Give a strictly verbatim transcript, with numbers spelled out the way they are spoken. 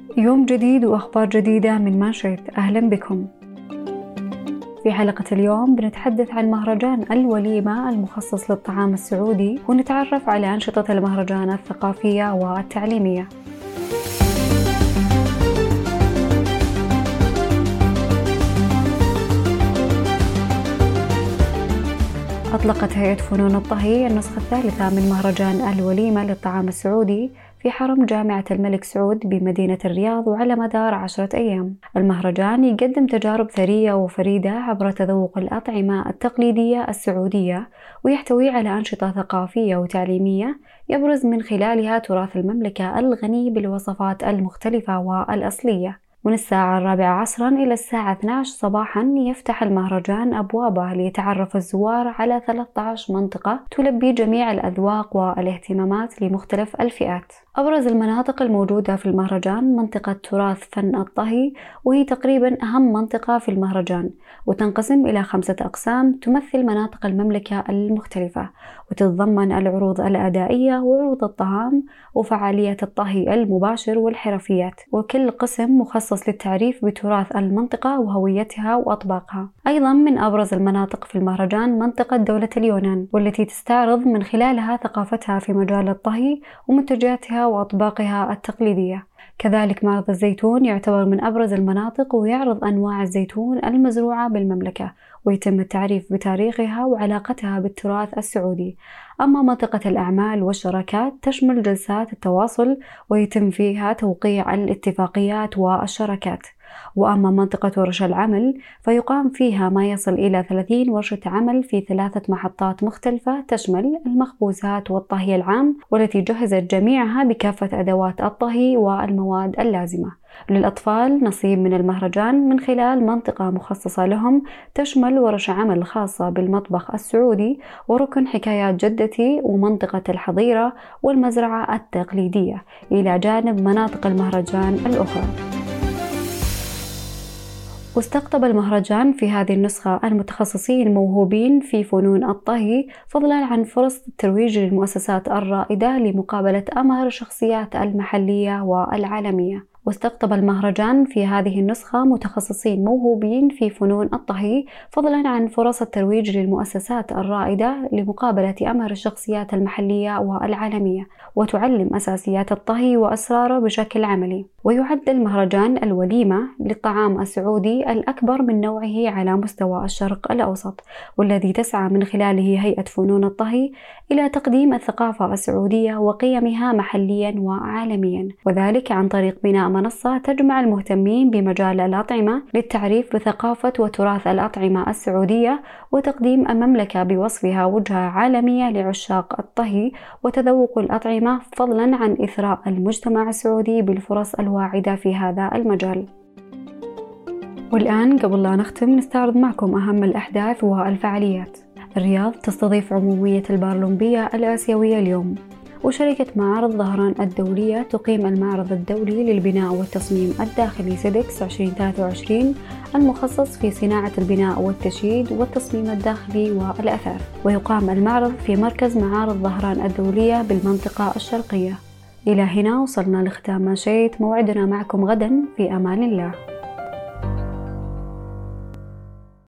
يوم جديد وأخبار جديدة من مانشيت، أهلا بكم. في حلقة اليوم بنتحدث عن مهرجان الوليمة المخصص للطعام السعودي، ونتعرف على أنشطة المهرجان الثقافية والتعليمية. أطلقت هيئة فنون الطهي النسخة الثالثة من مهرجان الوليمة للطعام السعودي في حرم جامعة الملك سعود بمدينة الرياض، وعلى مدار عشرة أيام. المهرجان يقدم تجارب ثرية وفريدة عبر تذوق الأطعمة التقليدية السعودية، ويحتوي على أنشطة ثقافية وتعليمية يبرز من خلالها تراث المملكة الغني بالوصفات المختلفة والأصلية. من الساعة الرابعة عصرا إلى الساعة اثنتي عشرة صباحا يفتح المهرجان أبوابه ليتعرف الزوار على ثلاثة عشر منطقة تلبي جميع الأذواق والاهتمامات لمختلف الفئات. أبرز المناطق الموجودة في المهرجان منطقة تراث فن الطهي، وهي تقريبا أهم منطقة في المهرجان، وتنقسم إلى خمسة أقسام تمثل مناطق المملكة المختلفة، وتتضمن العروض الأدائية وعروض الطعام وفعاليات الطهي المباشر والحرفيات، وكل قسم مخصص للتعريف بتراث المنطقة وهويتها وأطباقها. أيضا من أبرز المناطق في المهرجان منطقة دولة اليونان، والتي تستعرض من خلالها ثقافتها في مجال الطهي ومنتجاتها وأطباقها التقليدية. كذلك معرض الزيتون يعتبر من أبرز المناطق، ويعرض أنواع الزيتون المزروعة بالمملكة، ويتم التعريف بتاريخها وعلاقتها بالتراث السعودي. أما منطقة الأعمال والشراكات تشمل جلسات التواصل، ويتم فيها توقيع الاتفاقيات والشراكات. وأما منطقة ورش العمل فيقام فيها ما يصل إلى ثلاثين ورشة عمل في ثلاثة محطات مختلفة تشمل المخبوزات والطهي العام، والتي جهزت جميعها بكافة أدوات الطهي والمواد اللازمة. للأطفال نصيب من المهرجان من خلال منطقة مخصصة لهم تشمل ورش عمل خاصة بالمطبخ السعودي، وركن حكايات جدتي، ومنطقة الحظيرة والمزرعة التقليدية، إلى جانب مناطق المهرجان الأخرى. واستقطب المهرجان في هذه النسخة المتخصصين الموهوبين في فنون الطهي، فضلا عن فرص الترويج للمؤسسات الرائدة لمقابلة أمهر الشخصيات المحلية والعالمية. واستقطب المهرجان في هذه النسخة متخصصين موهوبين في فنون الطهي، فضلا عن فرص الترويج للمؤسسات الرائدة لمقابلة أمهر الشخصيات المحلية والعالمية، وتعلم أساسيات الطهي وأسراره بشكل عملي. ويعد المهرجان الوليمة للطعام السعودي الأكبر من نوعه على مستوى الشرق الأوسط، والذي تسعى من خلاله هيئة فنون الطهي إلى تقديم الثقافة السعودية وقيمها محليا وعالميا، وذلك عن طريق بناء منصة تجمع المهتمين بمجال الأطعمة للتعريف بثقافة وتراث الأطعمة السعودية، وتقديم المملكة بوصفها وجهة عالمية لعشاق الطهي وتذوق الأطعمة، فضلا عن إثراء المجتمع السعودي بالفرص الواعدة في هذا المجال. والآن قبل لا نختم نستعرض معكم أهم الأحداث والفعاليات. الرياض تستضيف عمومية البارالمبية الآسيوية اليوم. وشركة معارض ظهران الدولية تقيم المعرض الدولي للبناء والتصميم الداخلي سيدكس عشرين ثلاثة وعشرين المخصص في صناعة البناء والتشييد والتصميم الداخلي والأثاث. ويقام المعرض في مركز معارض ظهران الدولية بالمنطقة الشرقية. إلى هنا وصلنا لختام مانشيت، موعدنا معكم غدا في أمان الله.